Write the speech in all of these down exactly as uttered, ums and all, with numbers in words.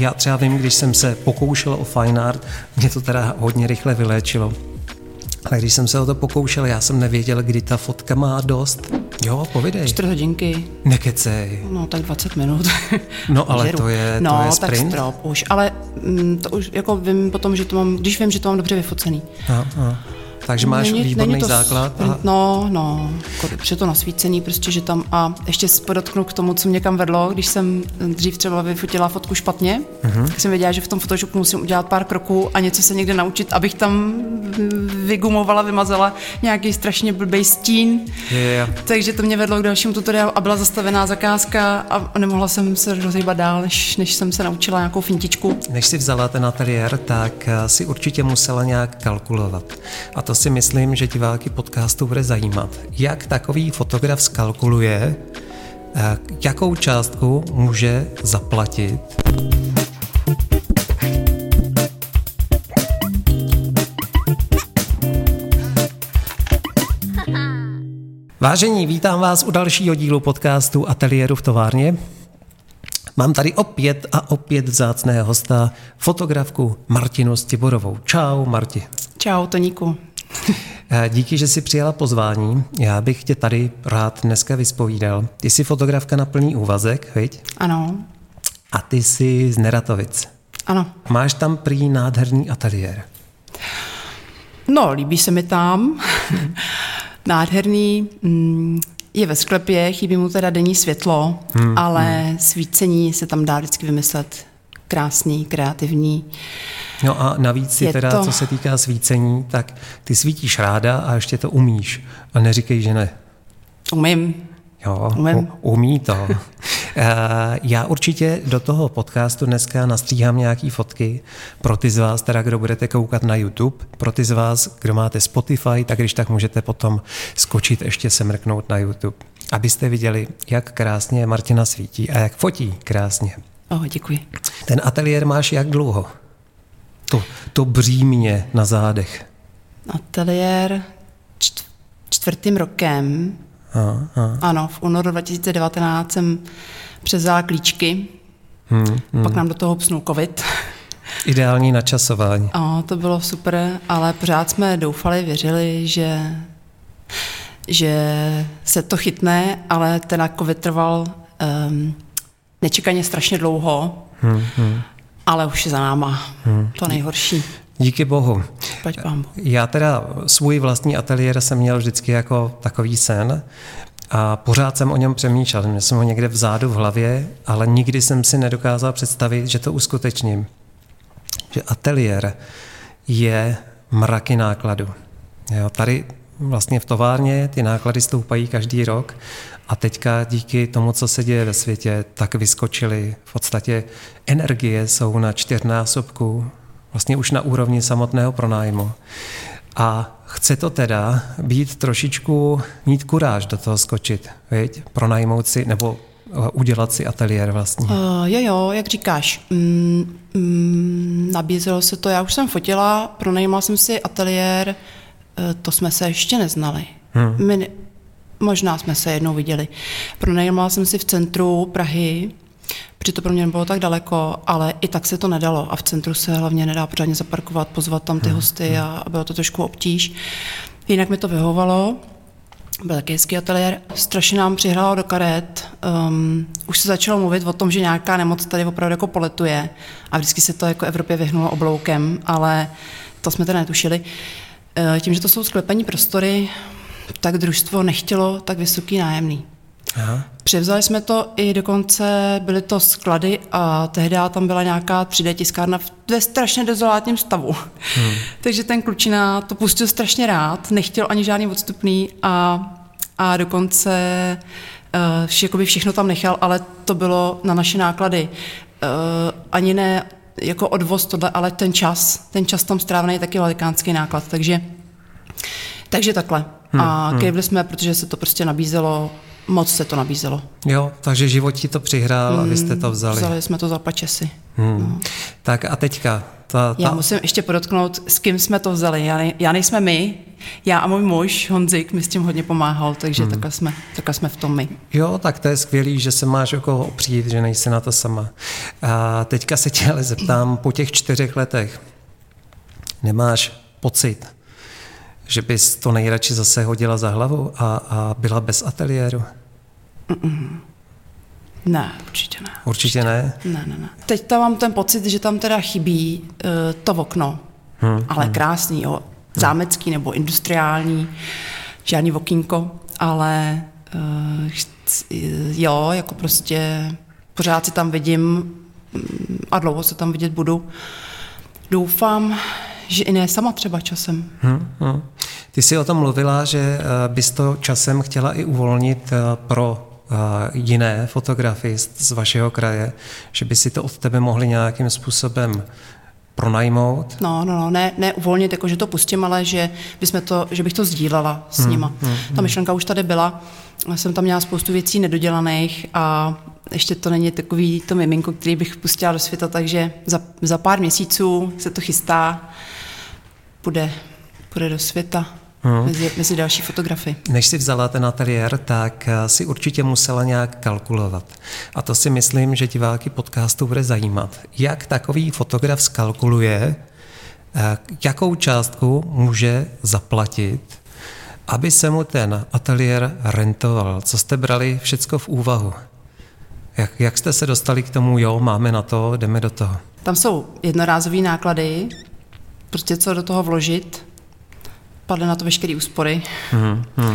já třeba vím, když jsem se pokoušel o fine art, mě to teda hodně rychle vyléčilo. Ale když jsem se o to pokoušel, já jsem nevěděl, kdy ta fotka má dost. Jo, povidej. Čtyři hodinky. Nekecej. No, tak dvacet minut. No, ale to je, no, to je sprint. No, tak strop už. Ale mm, to už jako vím potom, že to mám, když vím, že to mám dobře vyfocený. Aha, aha. Takže máš není, výborný není základ. Sprint, a... No, no, dobře to nasvícený, prostě, že tam a ještě podotknu k tomu, co mě kam vedlo, když jsem dřív třeba vyfotila fotku špatně, uh-huh. tak jsem věděla, že v tom Photoshopu musím udělat pár kroků a něco se někde naučit, abych tam vygumovala, vymazala nějaký strašně blbej stín. Yeah. Takže to mě vedlo k dalšímu tutoriálu a byla zastavená zakázka a nemohla jsem se rozhýbat dál, než, než jsem se naučila nějakou fintičku. Než si vzala ten ateliér, tak si určitě musela nějak kalkulovat. A to si myslím, že diváky podcastu bude zajímat. Jak takový fotograf skalkuluje, jakou částku může zaplatit. Vážení, vítám vás u dalšího dílu podcastu Ateliéru v továrně. Mám tady opět a opět vzácného hosta, fotografku Martinu Stiborovou. Čau, Marti. Čau, Toníku. Díky, že jsi přijala pozvání. Já bych tě tady rád dneska vyspovídal. Ty jsi fotografka na plný úvazek, viď? Ano. A ty jsi z Neratovic. Ano. Máš tam prý nádherný ateliér. No, líbí se mi tam. Nádherný. Je ve sklepě, chybí mu teda denní světlo, hmm, ale hmm. svícení se tam dá vždycky vymyslet. Krásný, kreativní. No a navíc si je teda, to... co se týká svícení, tak ty svítíš ráda a ještě to umíš. A neříkej, že ne. Umím. Jo, Umím. umí to. Já určitě do toho podcastu dneska nastříhám nějaký fotky pro ty z vás, teda kdo budete koukat na YouTube, pro ty z vás, kdo máte Spotify, tak když tak můžete potom skočit ještě se mrknout na YouTube, abyste viděli, jak krásně Martina svítí a jak fotí krásně. Oh, děkuji. Ten ateliér máš jak dlouho? To, to břímě na zádech. Ateliér čt, čtvrtým rokem. Aha, aha. Ano, v únoru dva tisíce devatenáct jsem převzala klíčky, hmm, hmm. pak nám do toho psnul covid. Ideální načasování. A to bylo super, ale pořád jsme doufali, věřili, že, že se to chytne, ale ten covid trval um, nečekaně strašně dlouho, hmm, hmm. ale už je za náma hmm. to nejhorší. Díky bohu. Já teda svůj vlastní ateliér jsem měl vždycky jako takový sen a pořád jsem o něm přemýšlel. Měl jsem ho někde vzadu v hlavě, ale nikdy jsem si nedokázal představit, že to uskutečním. Že ateliér je mraky nákladu. Jo, tady vlastně v továrně ty náklady stoupají každý rok a teďka díky tomu, co se děje ve světě, tak vyskočily. V podstatě energie jsou na čtyřnásobku, vlastně už na úrovni samotného pronájmu. A chce to teda být trošičku, mít kuráž do toho skočit, viď? Pronajmout si, nebo udělat si ateliér vlastně. Uh, jo, jo, jak říkáš. Mm, mm, nabízelo se to, já už jsem fotila, pronajímala jsem si ateliér, to jsme se ještě neznali. Hmm. My, možná jsme se jednou viděli. Pronajímala jsem si v centru Prahy, protože to pro mě nebylo tak daleko, ale i tak se to nedalo. A v centru se hlavně nedá pořádně zaparkovat, pozvat tam ty hmm. hosty a bylo to trošku obtíž. Jinak mi to vyhovovalo. Byl taky hezký ateliér. Strašně nám přihrálo do karet. Um, už se začalo mluvit o tom, že nějaká nemoc tady opravdu jako poletuje. A vždycky se to jako Evropě vyhnulo obloukem, ale to jsme teda netušili. Tím, že to jsou sklepaní prostory, tak družstvo nechtělo tak vysoký nájemný. Aha. Převzali jsme to i dokonce, byly to sklady a tehdy tam byla nějaká tři dé tiskárna ve strašně dezolátním stavu. Hmm. Takže ten klučina to pustil strašně rád, nechtěl ani žádný odstupný a, a dokonce uh, vše, jakoby všechno tam nechal, ale to bylo na naše náklady. Uh, ani ne jako odvoz tohle, ale ten čas, ten čas tam strávený je taky velikánský náklad, takže, takže takhle. Hmm, a hmm. kejvli jsme, protože se to prostě nabízelo, moc se to nabízelo. Jo, takže život ti to přihrál hmm, a vy jste to vzali. Vzali jsme to za pačesy. Hmm. No. Tak a teďka, ta, ta... Já musím ještě podotknout, s kým jsme to vzali. Já, ne, já nejsme my, já a můj muž Honzik mi s tím hodně pomáhal, takže hmm. takhle, jsme, takhle jsme v tom my. Jo, tak to je skvělý, že se máš o koho opřít, že nejsi na to sama. A teďka se tě ale zeptám, po těch čtyřech letech nemáš pocit, že bys to nejradši zase hodila za hlavu a, a byla bez ateliéru? Mm-mm. Ne, určitě ne. Určitě ne? Ne, ne, ne. Teď tam mám ten pocit, že tam teda chybí uh, to okno, hmm, ale hmm. krásný, jo. Zámecký nebo industriální, žádný okýnko, ale uh, jo, jako prostě pořád si tam vidím a dlouho se tam vidět budu. Doufám, že i ne sama třeba časem. Hmm, hmm. Ty jsi o tom mluvila, že bys to časem chtěla i uvolnit pro jiné fotografii z vašeho kraje, že by si to od tebe mohli nějakým způsobem pronajmout? No, no, no, ne, ne uvolnit, jako že to pustím, ale že, bychom to, že bych to sdílela s nima. Hmm, hmm, Ta myšlenka už tady byla, jsem tam měla spoustu věcí nedodělaných a ještě to není takový to miminko, který bych pustila do světa, takže za, za pár měsíců se to chystá, půjde, půjde do světa. Hmm. Mezi, mezi další fotografy. Než si vzala ten ateliér, tak si určitě musela nějak kalkulovat. A to si myslím, že diváky podcastu bude zajímat. Jak takový fotograf skalkuluje, jakou částku může zaplatit, aby se mu ten ateliér rentoval? Co jste brali všecko v úvahu? Jak, jak jste se dostali k tomu, jo, máme na to, jdeme do toho? Tam jsou jednorázové náklady, prostě co do toho vložit, padly na to veškeré úspory. Hmm, hmm.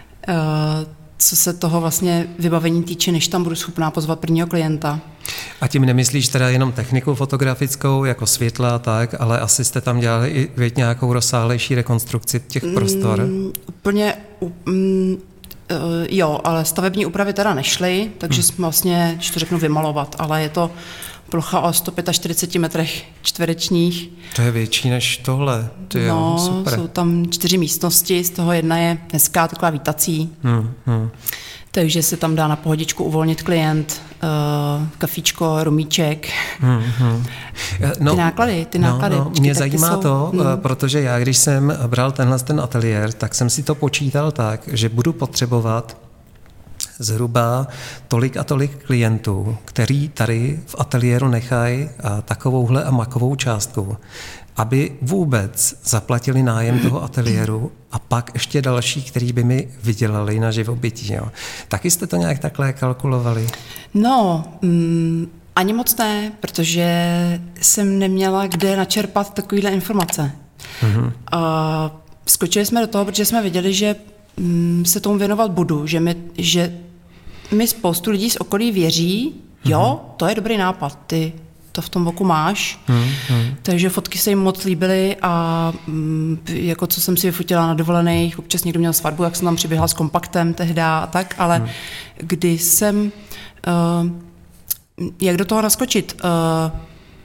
Co se toho vlastně vybavení týče, než tam budu schopná pozvat prvního klienta. A tím nemyslíš teda jenom techniku fotografickou, jako světla a tak, ale asi jste tam dělali i věď nějakou rozsáhlejší rekonstrukci těch prostor? Mm, úplně, mm, jo, ale stavební úpravy teda nešly, takže hmm. jsme vlastně, když to řeknu, vymalovat, ale je to plocha o sto čtyřicet pět metrech čtverečních. To je větší než tohle. To je no, super. Jsou tam čtyři místnosti, z toho jedna je hezká, taková vítací. Hmm, hmm. Takže se tam dá na pohodičku uvolnit klient, uh, kafíčko, rumíček. Hmm, hmm. No, ty náklady, ty náklady. No, no, mě zajímá jsou, to, hmm. protože já, když jsem bral tenhle ten ateliér, tak jsem si to počítal tak, že budu potřebovat zhruba tolik a tolik klientů, který tady v ateliéru nechají takovouhle a makovou částku, aby vůbec zaplatili nájem toho ateliéru a pak ještě další, který by mi vydělali na živobytí. Jo. Taky jste to nějak takhle kalkulovali? No, mm, ani moc ne, protože jsem neměla kde načerpat takovýhle informace. Mm-hmm. A skočili jsme do toho, protože jsme viděli, že mm, se tomu věnovat budu, že mi, že mi spoustu lidí z okolí věří, jo, mm-hmm. to je dobrý nápad, ty to v tom oku máš. Mm-hmm. Takže fotky se jim moc líbily a mm, jako co jsem si vyfotila na dovolených, občas někdo měl svatbu, jak jsem tam přiběhla s kompaktem tehda a tak, ale mm. kdy jsem, uh, jak do toho naskočit, uh,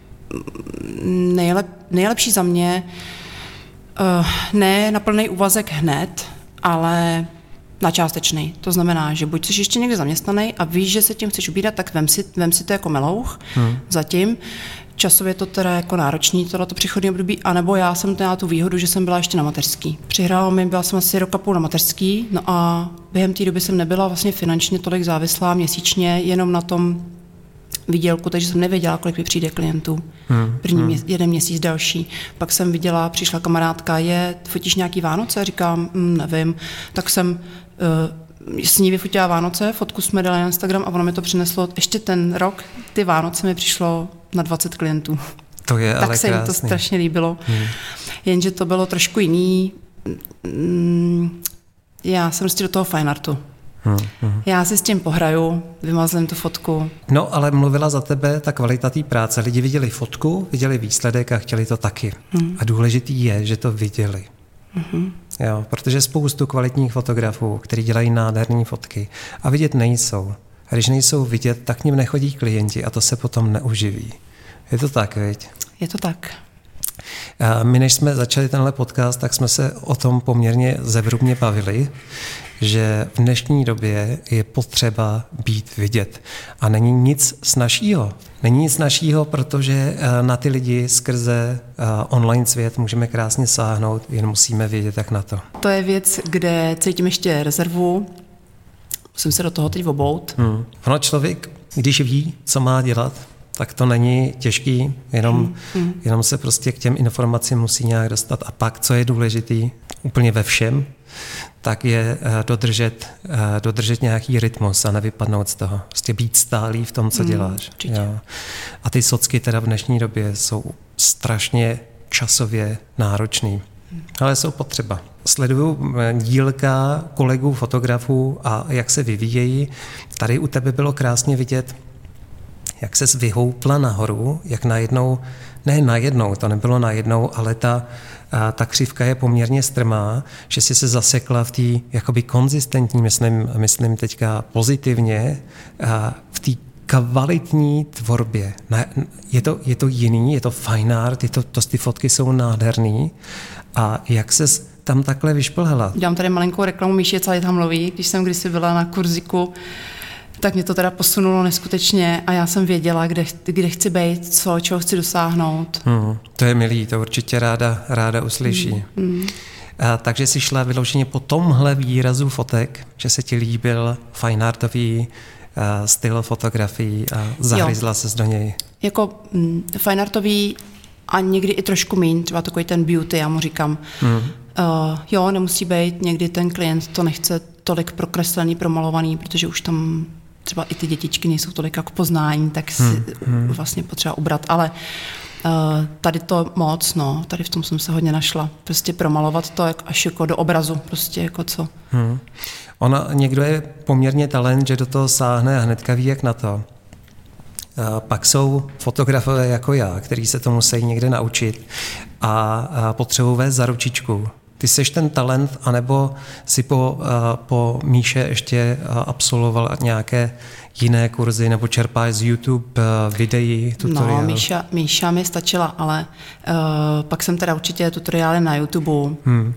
nejlep, nejlepší za mě, uh, ne na plný úvazek hned, ale na částečný. To znamená, že buď jsi ještě někde zaměstnaný a víš, že se tím chceš ubírat, tak vem si, vem si to jako melouch hmm. zatím. Časově to teda jako náročný, tohleto přechodné období, anebo já jsem měla tu výhodu, že jsem byla ještě na mateřský. Přihrála mi, byla jsem asi rok a půl na mateřský, no a během té doby jsem nebyla vlastně finančně tolik závislá měsíčně, jenom na tom výdělku, takže jsem nevěděla, kolik mi přijde klientů. Hmm. První hmm. Mě, jeden měsíc, další. Pak jsem viděla, přišla kamarádka, je, fotíš nějaký Vánoce? Říkám, mm, nevím. Tak jsem uh, s ní vyfotila Vánoce, fotku jsme dali na Instagram a ono mi to přineslo, ještě ten rok, ty Vánoce mi přišlo na dvacet klientů. To je tak ale se jim to strašně líbilo. Hmm. Jenže to bylo trošku jiný. Mm, já jsem prostě do toho fine artu. Hmm, hmm. Já si s tím pohraju, vymazlím tu fotku. No, ale mluvila za tebe ta kvalita té práce. Lidi viděli fotku, viděli výsledek a chtěli to taky. Hmm. A důležitý je, že to viděli. Hmm. Jo, protože spoustu kvalitních fotografů, kteří dělají nádherné fotky a vidět nejsou. A když nejsou vidět, tak k nim nechodí klienti a to se potom neuživí. Je to tak, viď? Je to tak. My, než jsme začali tenhle podcast, tak jsme se o tom poměrně zevrubně bavili, že v dnešní době je potřeba být vidět. A není nic snazšího. Není nic snazšího, protože na ty lidi skrze online svět můžeme krásně sáhnout, jen musíme vědět, jak na to. To je věc, kde cítím ještě rezervu. Musím se do toho teď obout. Hmm. Ono člověk, když ví, co má dělat, tak to není těžký, jenom, hmm. jenom se prostě k těm informacím musí nějak dostat. A pak, co je důležitý úplně ve všem, tak je dodržet, dodržet nějaký rytmus a nevypadnout z toho. Prostě být stálý v tom, co děláš. Mm, jo. A ty socky teda v dnešní době jsou strašně časově náročný, ale jsou potřeba. Sleduju dílka kolegů, fotografů a jak se vyvíjejí. Tady u tebe bylo krásně vidět, jak ses vyhoupla nahoru, jak najednou, ne najednou, to nebylo najednou, ale ta A ta křivka je poměrně strmá, že si se zasekla v té jakoby konzistentní, myslím, myslím teďka pozitivně, v té kvalitní tvorbě. Je to, je to jiný, je to fine art, je to, to, ty fotky jsou nádherný. A jak ses tam takhle vyšplhala? Dělám tady malinkou reklamu, Míši je celý tam mluví. Když jsem kdysi byla na kurziku, tak mě to teda posunulo neskutečně a já jsem věděla, kde, kde chci být, co, čeho chci dosáhnout. Hmm, to je milý, to určitě ráda, ráda uslyší. Hmm. A, takže jsi šla vyloženě po tomhle výrazu fotek, že se ti líbil fine artový a, styl fotografií a zahryzla ses do něj. Jako mm, fine artový a někdy i trošku míň, třeba takový ten beauty, já mu říkám. Hmm. Uh, jo, nemusí být, někdy ten klient to nechce tolik prokreslený, promalovaný, protože už tam třeba i ty dětičky nejsou tolik jako poznání, tak si hmm, hmm. vlastně potřeba ubrat, ale uh, tady to moc, no, tady v tom jsem se hodně našla. Prostě promalovat to jak, až jako do obrazu, prostě jako co. Hmm. Ona, někdo je poměrně talent, že do toho sáhne a hnedka ví, jak na to. Uh, pak jsou fotografové jako já, kteří se to musí někde naučit a, a potřebují vést za ručičku. Ty seš ten talent, anebo si po, uh, po Míše ještě uh, absolvoval nějaké jiné kurzy, nebo čerpáš z YouTube uh, videí, tutoriály? No, Míša, Míša mi stačila, ale uh, pak jsem teda určitě tutoriály na YouTube. Hmm.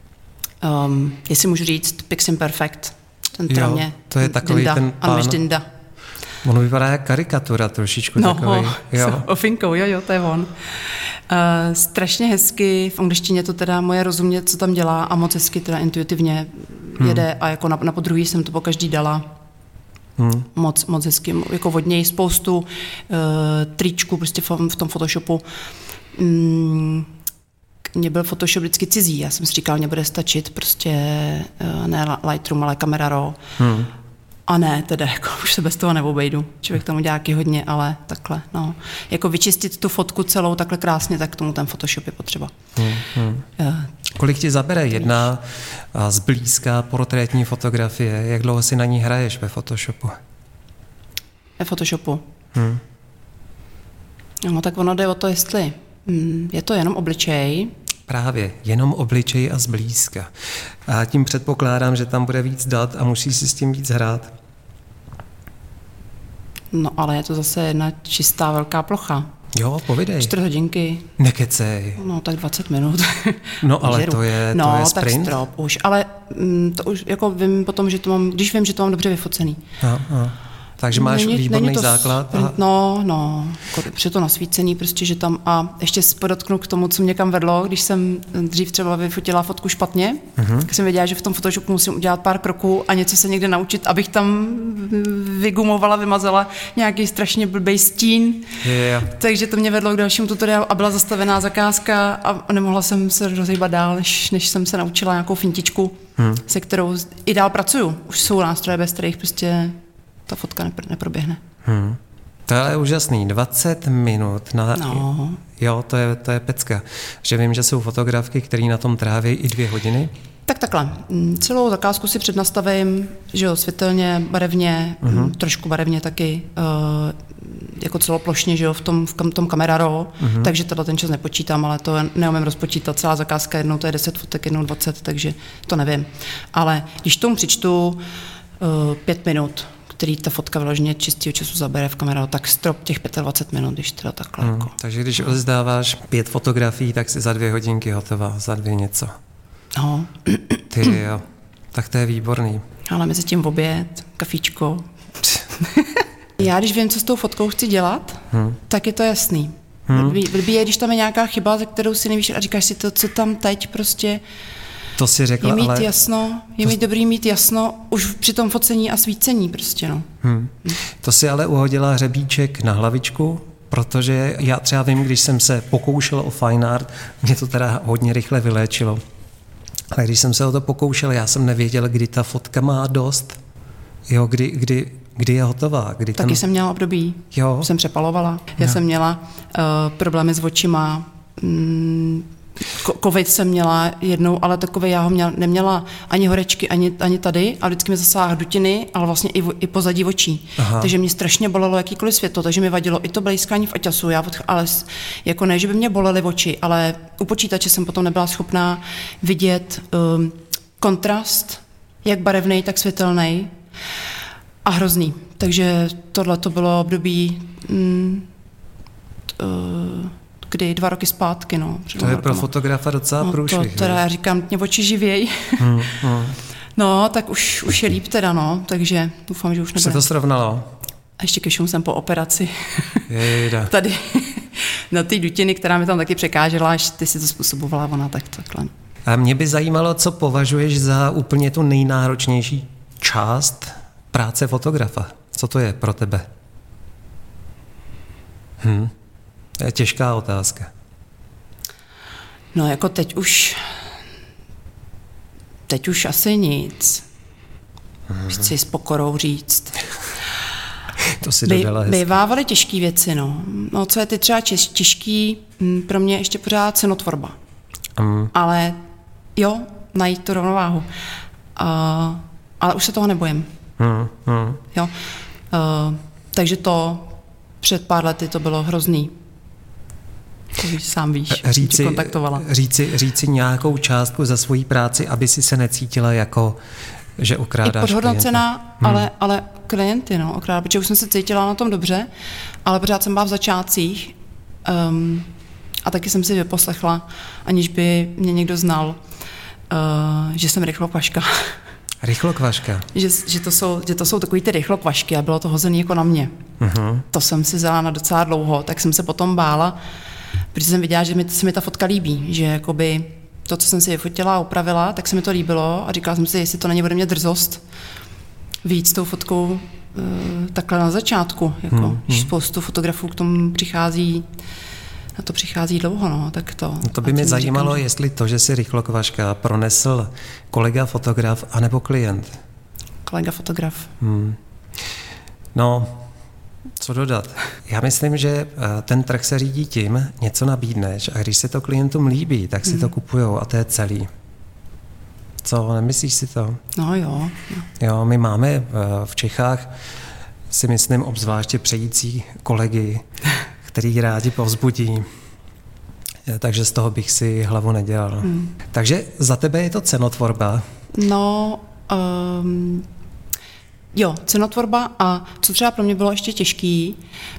Um, jestli můžu říct, Piximperfect. Ten jo, mě to je takový Dinda, ten pán. Dinda. On vypadá jak karikatura trošičku no, takový. Jo, s ofinkou, jo, jo, to je on. Uh, strašně hezky, v angličtině to teda moje rozumět, co tam dělá a moc hezky teda intuitivně jede hmm. a jako na, na podruhý jsem to po každý dala. Hmm. Moc, moc hezky, jako od něj spoustu uh, tričků prostě v, v tom Photoshopu. Mm, mně byl Photoshop vždycky cizí, já jsem si říkala, mě bude stačit prostě uh, ne Lightroom, ale Camera Raw. Hmm. A ne, teda jako už se bez toho neobejdu. Člověk tomu dělá taky hodně, ale takhle, no. Jako vyčistit tu fotku celou takhle krásně, tak tomu ten Photoshop je potřeba. Hmm, hmm. Uh, Kolik ti zabere jedna zblízká portrétní fotografie? Jak dlouho si na ní hraješ ve Photoshopu? Ve Photoshopu? Hmm. No tak ono jde o to, jestli je to jenom obličej. Právě, jenom obličej a zblízka. A tím předpokládám, že tam bude víc dat a musí si s tím víc hrát. No ale je to zase jedna čistá velká plocha. Jo, povidej. Čtyři hodinky. Nekecej. No tak dvacet minut. No ale to je, no, to je sprint. No tak strop už, ale mm, to už jako vím potom, že to mám, když vím, že to mám dobře vyfocený. No, no. Takže máš není, výborný není to základ. Sprint, a... No, no, protože to nasvícený prostě, že tam a ještě podotknu k tomu, co mě kam vedlo, když jsem dřív třeba vyfotila fotku špatně, uh-huh. tak jsem věděla, že v tom Photoshopu musím udělat pár kroků a něco se někde naučit, abych tam vygumovala, vymazala nějaký strašně blbej stín. Yeah. Takže to mě vedlo k dalšímu tutoriálu a byla zastavená zakázka a nemohla jsem se rozhýbat dál, než, než jsem se naučila nějakou fintičku, hmm. se kterou i dál pracuju. Už jsou nástroje, bez kterých prostě ta fotka nepr- neproběhne. Hmm. To je úžasný. dvacet minut. Na... No. Jo, to je, to je pecka. Že vím, že jsou fotografky, které na tom tráví i dvě hodiny. Tak takhle. Celou zakázku si přednastavím, že jo, světelně, barevně, uh-huh. trošku barevně taky, uh, jako celoplošně, že jo, v tom, v tom Camera Raw, uh-huh. takže teda ten čas nepočítám, ale to neumím rozpočítat. Celá zakázka jednou to je deset fotek, jednou dvacet, takže to nevím. Ale když tomu přičtu uh, pět minut, který ta fotka vyloženě čistého času zabere v kameru, tak strop těch dvacet pět minut, když teda takhle. Hmm, jako. Takže když odezdáváš pět fotografií, tak si za dvě hodinky hotová, za dvě něco. No. Ty jo, tak to je výborný. Ale mezi tím oběd, kafíčko. Já když vím, co s tou fotkou chci dělat, hmm. tak je to jasný. Hmm. Blbý, blbý je, když tam je nějaká chyba, za kterou si nevíš a říkáš si to, co tam teď prostě... To si řekla, je mít ale... jasno, je to... mít dobrý mít jasno už při tom focení a svícení prostě, no. Hmm. To si ale uhodila hřebíček na hlavičku, protože já třeba vím, když jsem se pokoušel o fine art, mě to teda hodně rychle vyléčilo. Ale když jsem se o to pokoušel, já jsem nevěděl, kdy ta fotka má dost. Jo, kdy, kdy, kdy je hotová. Kdy Taky tam... jsem měla období, jo. jsem přepalovala. Já jo. jsem měla uh, problémy s očima, mm, covid jsem měla jednou, ale takový já ho měla, neměla ani horečky, ani, ani tady, a vždycky mi zasáhla dutiny, ale vlastně i, i pozadí očí. Aha. Takže mě strašně bolelo jakýkoliv světlo, takže mi vadilo i to blejskání v aťasu, já, ale jako ne, že by mě bolely oči, ale u počítače jsem potom nebyla schopná vidět um, kontrast, jak barevný, tak světelný a hrozný. Takže tohle to bylo období mm, t, uh, kdy dva roky zpátky, no. To je pro fotografa docela no, průšvih. To teda já říkám, mě oči živěj. Hmm, hmm. No, tak už, už je líp teda, no, takže doufám, že už nebude. Se to srovnalo? A ještě kešum jsem po operaci. Jejda. Tady na ty dutiny, která mi tam taky překážela, až ty si to způsobovala ona, tak takhle. A mě by zajímalo, co považuješ za úplně tu nejnáročnější část práce fotografa. Co to je pro tebe? Hm. To je těžká otázka. No jako teď už, teď už asi nic. Hmm. Chci s pokorou říct. To si dodala hezky. Bývávaly těžké věci, no. No, co je ty třeba těž, těžký, pro mě ještě pořád cenotvorba. Hmm. Ale jo, najít tu rovnováhu. Uh, ale už se toho nebojím. Hmm. Hmm. Jo. Uh, takže to před pár lety to bylo hrozný. To víš, sám víš, říci, kontaktovala. Říci, říci nějakou částku za svoji práci, aby si se necítila jako, že okrádáš I podhodnocená, hmm. ale, ale klienty, no, okrádá, protože už jsem se cítila na tom dobře, ale pořád jsem byla v začátcích um, a taky jsem si vyposlechla, aniž by mě někdo znal, uh, že jsem rychlokvaška. Rychlokvaška? že, že, to jsou, že to jsou takový ty rychlokvašky a bylo to hozený jako na mě. Uh-huh. To jsem si vzala na docela dlouho, tak jsem se potom bála, protože jsem viděla, že mi, se mi ta fotka líbí, že jakoby to, co jsem si vyfotila a upravila, tak se mi to líbilo a říkala jsem si, jestli to není ode mě drzost víc tou fotkou uh, takhle na začátku, jako, hmm, když hmm. spoustu fotografů k tomu přichází, na to přichází dlouho, no, tak to. No to by mě zajímalo, říkám, jestli to, že si rychlokvaška pronesl kolega fotograf anebo klient. Kolega fotograf. Hmm. No, co dodat? Já myslím, že ten trh se řídí tím, něco nabídneš a když se to klientům líbí, tak si hmm. to kupujou a to je celý. Co, nemyslíš si to? No jo. Jo, my máme v Čechách, si myslím, obzvláště přející kolegy, který rádi povzbudí. Takže z toho bych si hlavu nedělal. Hmm. Takže za tebe je to cenotvorba? No, um, jo, cenotvorba a co třeba pro mě bylo ještě těžký,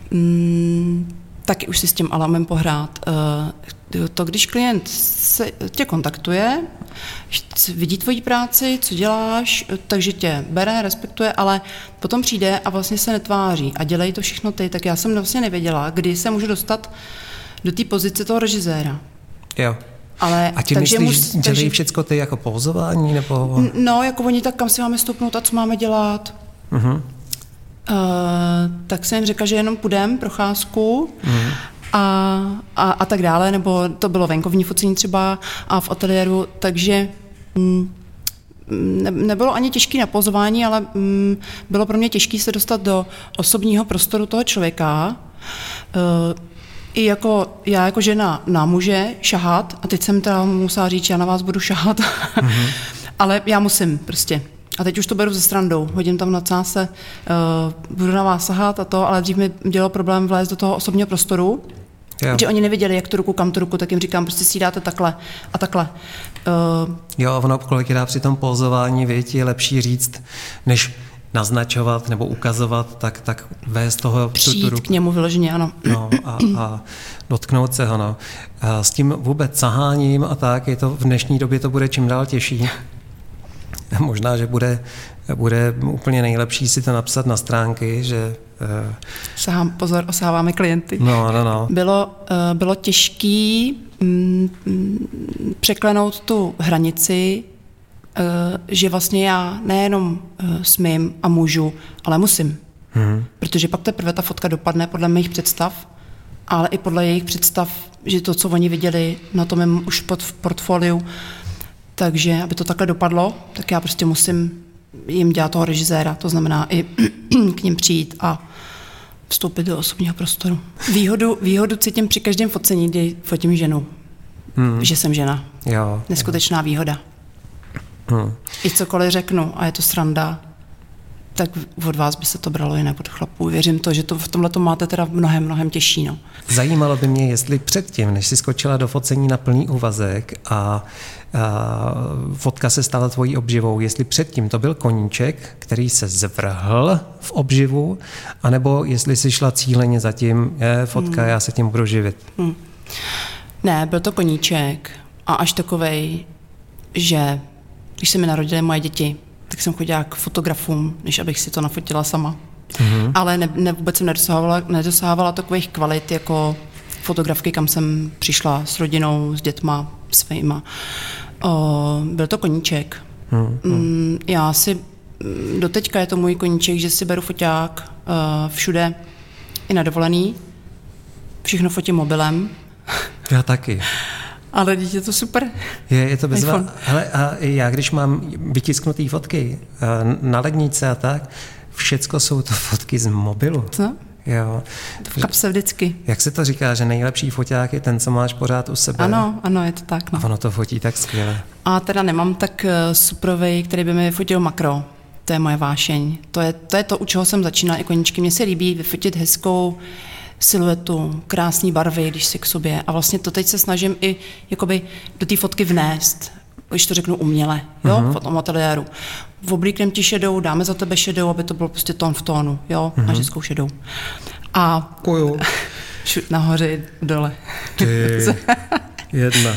um, taky už si s tím ale umím pohrát. Uh, to, když klient se, tě kontaktuje, vidí tvoji práci, co děláš, takže tě bere, respektuje, ale potom přijde a vlastně se netváří a dělají to všechno ty, tak já jsem vlastně nevěděla, kdy se můžu dostat do té pozice toho režiséra. Jo. Ale, a ti myslíš, že dělají takže, všecko ty jako pouzování? Nebo... No, jako oni tak, kam si máme stoupnout a co máme dělat. Uh-huh. Uh, tak jsem jim řekla, že jenom půjdem procházku uh-huh. a, a, a tak dále, nebo to bylo venkovní focení třeba a v ateliéru, takže mm, ne, nebylo ani těžké na pozování, ale mm, bylo pro mě těžké se dostat do osobního prostoru toho člověka. Uh, I jako já jako žena na muže šahat, a teď jsem teda musela říct, já na vás budu šahat, mm-hmm. ale já musím prostě. A teď už to beru ze srandou, hodím tam na cáse, uh, budu na vás sahat a to, ale dřív mi dělalo problém vlézt do toho osobního prostoru, jo. Že oni nevěděli, jak tu ruku, kam tu ruku, tak jim říkám, prostě si dáte takhle a takhle. Uh, jo, ono kolikrát při tom pozování, větě je lepší říct, než naznačovat nebo ukazovat, tak, tak vést toho... Přijít tu, tu, k němu vyloženě, ano. No, a, a dotknout se ho, no. A s tím vůbec saháním a tak, je to v dnešní době to bude čím dál těžší. Možná, že bude, bude úplně nejlepší si to napsat na stránky, že... Sahám, pozor, osaháváme klienty. No, no, no. Bylo, bylo těžký mm, překlenout tu hranici, že vlastně já nejenom smím a můžu, ale musím. Hmm. Protože pak teprve ta fotka dopadne podle mých představ, ale i podle jejich představ, že to, co oni viděli na tom mém už pod v portfoliu, takže aby to takhle dopadlo, tak já prostě musím jim dělat toho režiséra, to znamená i k ním přijít a vstoupit do osobního prostoru. Výhodu, výhodu cítím při každém focení, kdy fotím ženu, hmm. že jsem žena. Jo, Neskutečná jo. výhoda. Hmm. I cokoliv řeknu a je to sranda, tak od vás by se to bralo jinak od chlapů. Věřím to, že to v tomhle to máte teda mnohem, mnohem těžší. No. Zajímalo by mě, jestli předtím, než jsi skočila do focení na plný úvazek a, a fotka se stala tvojí obživou, jestli předtím to byl koníček, který se zvrhl v obživu, anebo jestli jsi šla cíleně za tím, je fotka, hmm. já se tím budu živit. Hmm. Ne, byl to koníček a až takovej, že když se mi narodily moje děti, tak jsem chodila k fotografům, než abych si to nafotila sama. Mm-hmm. Ale ne, ne, vůbec jsem nedosahovala, nedosahovala takových kvalit jako fotografky, kam jsem přišla s rodinou, s dětma svýma. O, byl to koníček. Mm-hmm. Já si, doteďka je to můj koníček, že si beru foťák uh, všude, i na dovolený. Všechno fotím mobilem. Já taky. Ale je to super. Je, je to bezva. Hele, a já když mám vytisknutý fotky na lednice a tak, všecko jsou to fotky z mobilu. Co? Jo. V kapse vždycky. Jak se to říká, že nejlepší foťák je ten, co máš pořád u sebe? Ano, ano, je to tak. No. A ono to fotí tak skvěle. A teda nemám tak suprovej, který by mi fotil makro. To je moje vášeň. To je to, je to u čeho jsem začínala i koníčky. Mně se líbí vyfotit hezkou siluetu, krásné barvy, když si k sobě. A vlastně to teď se snažím i jakoby do té fotky vnést, když to řeknu uměle, jo, uh-huh. v tom ateliéru. Oblíknem ti šedou, dáme za tebe šedou, aby to bylo prostě tón v tónu, jo, uh-huh. a ženskou šedou. A Kuju. nahoře i dole. Ty, jedna.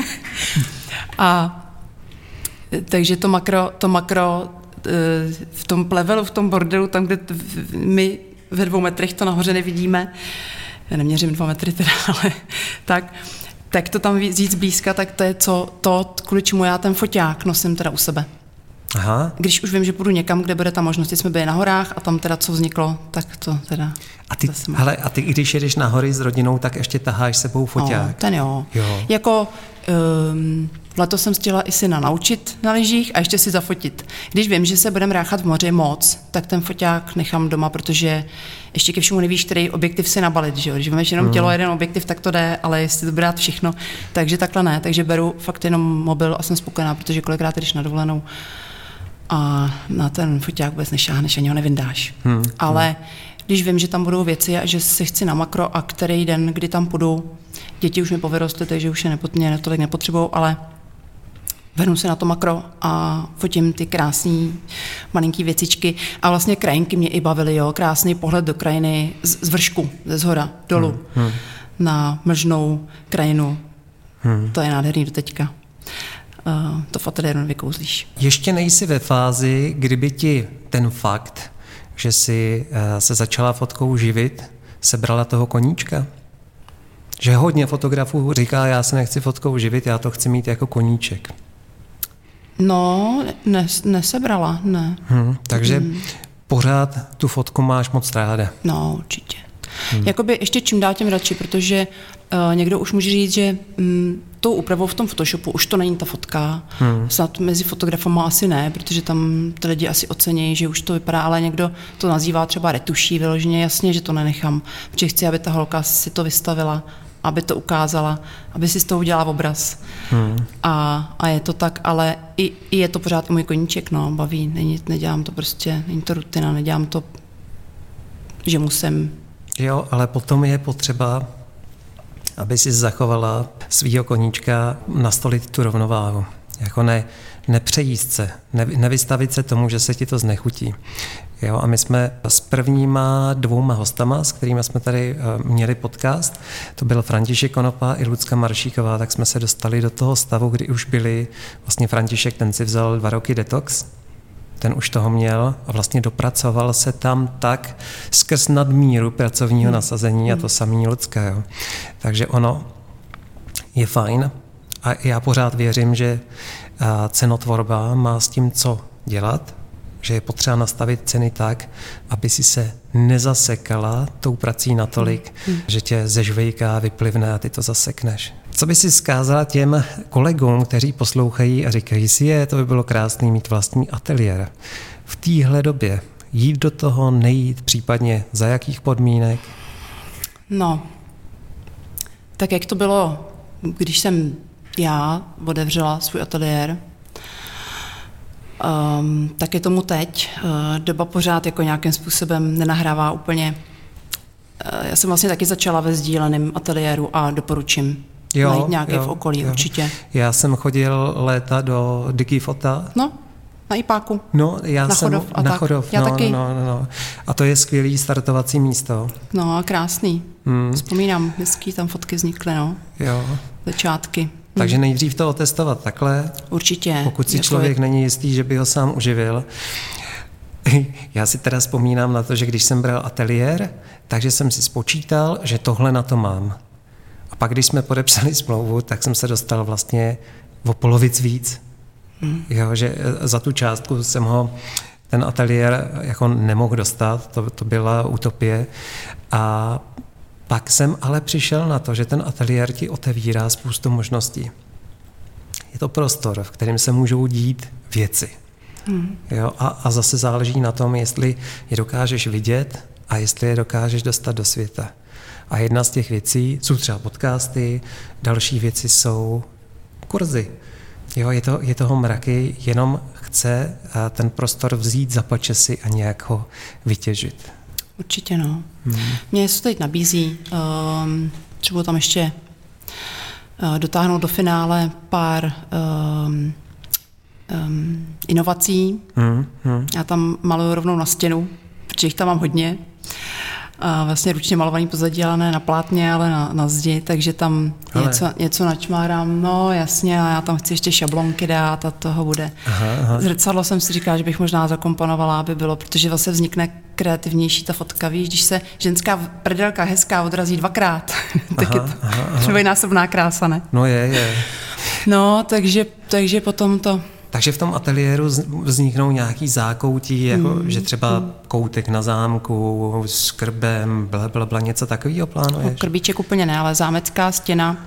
A takže to makro, to makro v tom plevelu, v tom bordelu, tam, kde my ve dvou metrech to nahoře nevidíme, já neměřím dva metry teda, ale tak, tak to tam víc blízka, tak to je co, to, kvůli čemu já ten foťák nosím teda u sebe. Aha. Když už vím, že půjdu někam, kde bude ta možnost, jsme byli na horách a tam teda co vzniklo, tak to teda... A ty, hele, a ty když jedeš na hory s rodinou, tak ještě taháš sebou foťák? O, ten jo. jo. Jako... Um, letos jsem chtěla i syna naučit na lyžích a ještě si zafotit. Když vím, že se budeme ráchat v moři moc, tak ten foťák nechám doma, protože ještě ke všemu nevíš, který objektiv si nabalit. Že jo? Když máš jenom mm. tělo, jeden objektiv, tak to jde, ale jestli to brát všechno, takže takhle ne. Takže beru fakt jenom mobil a jsem spokojená, protože kolikrát jdeš na dovolenou a na ten foťák vůbec nešáhneš, ani ho nevyndáš. Mm. Ale když vím, že tam budou věci a že se chci na makro a který den, kdy tam půjdu, děti už mi povyrostly, takže už je nepot, mě tolik nepotřebují, ale vrhnu se na to makro a fotím ty krásné malinký věcičky a vlastně krajinky mě i bavily, jo, krásný pohled do krajiny z, z vršku, ze zhora, dolů, hmm, hmm. na mlžnou krajinu. Hmm. To je nádherný do teďka. Uh, to v ateliéru nevykouzlíš. Ještě nejsi ve fázi, kdyby ti ten fakt, že jsi uh, se začala fotkou živit, sebrala toho koníčka? Že hodně fotografů říká, já se nechci fotkou živit, já to chci mít jako koníček. No, ne, nesebrala, ne. Hmm, takže hmm. pořád tu fotku máš moc ráda. No, určitě. Hmm. Jakoby ještě čím dál tím radši, protože uh, někdo už může říct, že um, tou úpravou v tom Photoshopu už to není ta fotka. Hmm. Snad mezi fotografama asi ne, protože tam ty lidi asi ocení, že už to vypadá, ale někdo to nazývá třeba retuší vyloženě, jasně, že to nenechám, protože chci, aby ta holka si to vystavila, aby to ukázala, aby si z toho udělala obraz. Hmm. A, a je to tak, ale i, i je to pořád můj koníček, no, baví, není, nedělám to prostě, není to rutina, nedělám to, že musím. Jo, ale potom je potřeba, aby si zachovala svýho koníčka, nastolit tu rovnováhu. Jako ne, nepřejíst se, ne, nevystavit se tomu, že se ti to znechutí. Jo, a my jsme s prvníma dvouma hostama, s kterými jsme tady uh, měli podcast, to byl František Konopa i Lucka Maršíková, tak jsme se dostali do toho stavu, kdy už byli, vlastně František, ten si vzal dva roky detox, ten už toho měl a vlastně dopracoval se tam tak skrz nadmíru pracovního nasazení a to samý Lucka. Jo. Takže ono je fajn a já pořád věřím, že cenotvorba má s tím co dělat, že je potřeba nastavit ceny tak, aby si se nezasekala tou prací natolik, hmm. že tě ze žvejka vyplivne a ty to zasekneš. Co by si vzkázala těm kolegům, kteří poslouchají a říkají si, je, to by bylo krásný mít vlastní ateliér. V téhle době jít do toho, nejít, případně za jakých podmínek? No, tak jak to bylo, když jsem já otevřela svůj ateliér, Um, tak je tomu teď. Uh, doba pořád jako nějakým způsobem nenahrává úplně. Uh, já jsem vlastně taky začala ve sdíleném ateliéru a doporučím jo, najít nějaké jo, v okolí jo. určitě. Já jsem chodil léta do Digifota. No, na Ipáku. No, já na jsem Chodov a na tak. Chodov. Já no, taky. No, no, no. A to je skvělý startovací místo. No, krásný. Hmm. Vzpomínám, hezký tam fotky vznikly, no. Jo. Začátky. Takže nejdřív to otestovat takhle. Určitě. Pokud si člověk je... není jistý, že by ho sám uživil. Já si teda vzpomínám na to, že když jsem bral ateliér, takže jsem si spočítal, že tohle na to mám. A pak, když jsme podepsali smlouvu, tak jsem se dostal vlastně o polovic víc. Hmm. Jo, že za tu částku jsem ho, ten ateliér jako nemohl dostat, to, to byla utopie. A pak jsem ale přišel na to, že ten ateliér ti otevírá spoustu možností. Je to prostor, v kterém se můžou dít věci. Hmm. Jo, a, a zase záleží na tom, jestli je dokážeš vidět a jestli je dokážeš dostat do světa. A jedna z těch věcí jsou třeba podcasty, další věci jsou kurzy. Jo, je, to, je toho mraky, jenom chce ten prostor vzít za pačesy a nějak ho vytěžit. Určitě, no. Hmm. Mně se teď nabízí um, třeba tam ještě uh, dotáhnout do finále pár um, um, inovací. Hmm. Hmm. Já tam maluju rovnou na stěnu, protože jich tam mám hodně. A vlastně ručně malovaný pozadí, ale ne na plátně, ale na, na zdi, takže tam něco, něco načmárám. No jasně, a já tam chci ještě šablonky dát a toho bude. Aha, aha. Zrcadlo jsem si říkala, že bych možná zakomponovala, aby bylo, protože vlastně vznikne kreativnější ta fotka. Víš, když se ženská prdelka hezká odrazí dvakrát, tak aha, je to dvojnásobná krása, ne? No je, je. No, takže, takže potom to... Takže v tom ateliéru vzniknou nějaký zákoutí, jako, mm. že třeba koutek na zámku s krbem, blablabla, něco takového plánuješ? No, krbíček úplně ne, ale zámecká stěna.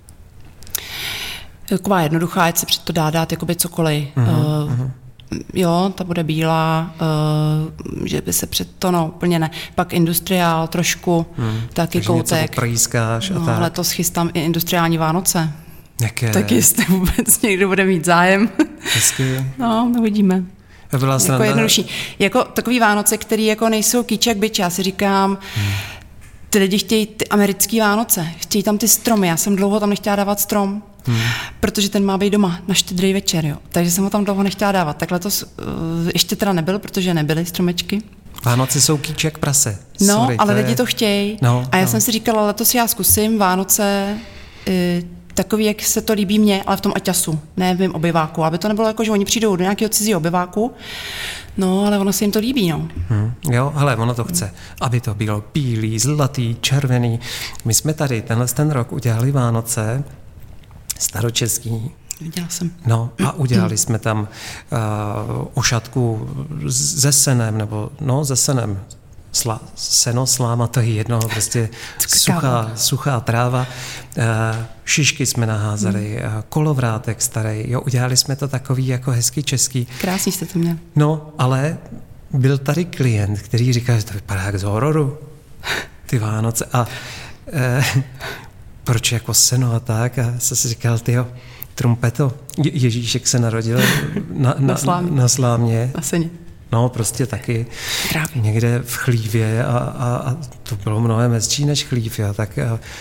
Taková jednoduchá, ať se před to dá dát jakoby cokoliv. Uh-huh, uh, uh-huh. Jo, ta bude bílá, uh, že by se před to, no úplně ne. Pak industriál trošku, hmm. taky takže koutek. něco poprýskáš a no, tak. Letos chystám i industriální Vánoce. Jaké? Tak jestli vůbec někdo bude mít zájem. Hezky. No, uvidíme. Byla jako jednodušší. Jako takový Vánoce, který jako nejsou kýček byč, já si říkám, hmm. ty lidi chtějí ty americký Vánoce, chtějí tam ty stromy, já jsem dlouho tam nechtěla dávat strom, hmm. protože ten má být doma na štědrý večer, jo. Takže jsem ho tam dlouho nechtěla dávat. Tak letos uh, ještě teda nebyl, protože nebyly stromečky. Vánoce jsou kýček prase. No, Sorry, ale to lidi je... to chtějí. No, a já no. jsem si říkala, letos já zkusím Vánoce uh, takový, jak se to líbí mně, ale v tom aťasu, ne v mém obyváku. Aby to nebylo jako, že oni přijdou do nějakého cizího obyváku, no, ale ono se jim to líbí, no. Hmm, jo, hele, ono to chce, aby to bylo bílý, zlatý, červený. My jsme tady tenhle ten rok udělali Vánoce staročeský. Viděla jsem. No a udělali jsme tam uh, ošatku se senem, nebo no se senem. Sla, seno, sláma, to je jedno, prostě suchá, suchá tráva. Uh, šišky jsme naházeli, hmm. uh, kolovrátek starý, jo, udělali jsme to takový jako hezký český. Krásný jste to měl. No, ale byl tady klient, který říká, že to vypadá jak z hororu, ty Vánoce. A uh, proč jako seno a tak? A jsem si říkal, tyjo, trumpeto, Je- Ježíšek se narodil na, na, na, slámě. na slámě. Na seně. No, prostě taky Trávě. Někde v chlívě a, a, a to bylo mnohem hezčí než chlív, jo, tak a,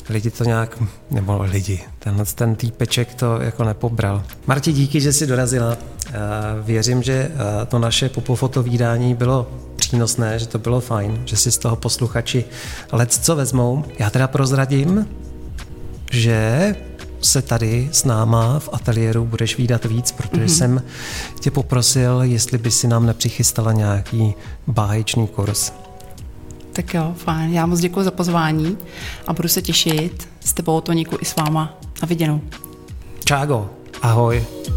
lidi to nějak, nebo lidi, tenhle ten týpeček to jako nepobral. Marti, díky, že jsi dorazila. Věřím, že to naše popofotovídání bylo přínosné, že to bylo fajn, že si z toho posluchači lecco vezmou. Já teda prozradím, že se tady s náma v ateliéru budeš vídat víc, protože mm-hmm. jsem tě poprosil, jestli by si nám nepřichystala nějaký báječný kurz. Tak jo, fajn. Já moc děkuji za pozvání a budu se těšit s tebou, Toníku, i s váma. Na viděnou. Čágo, ahoj.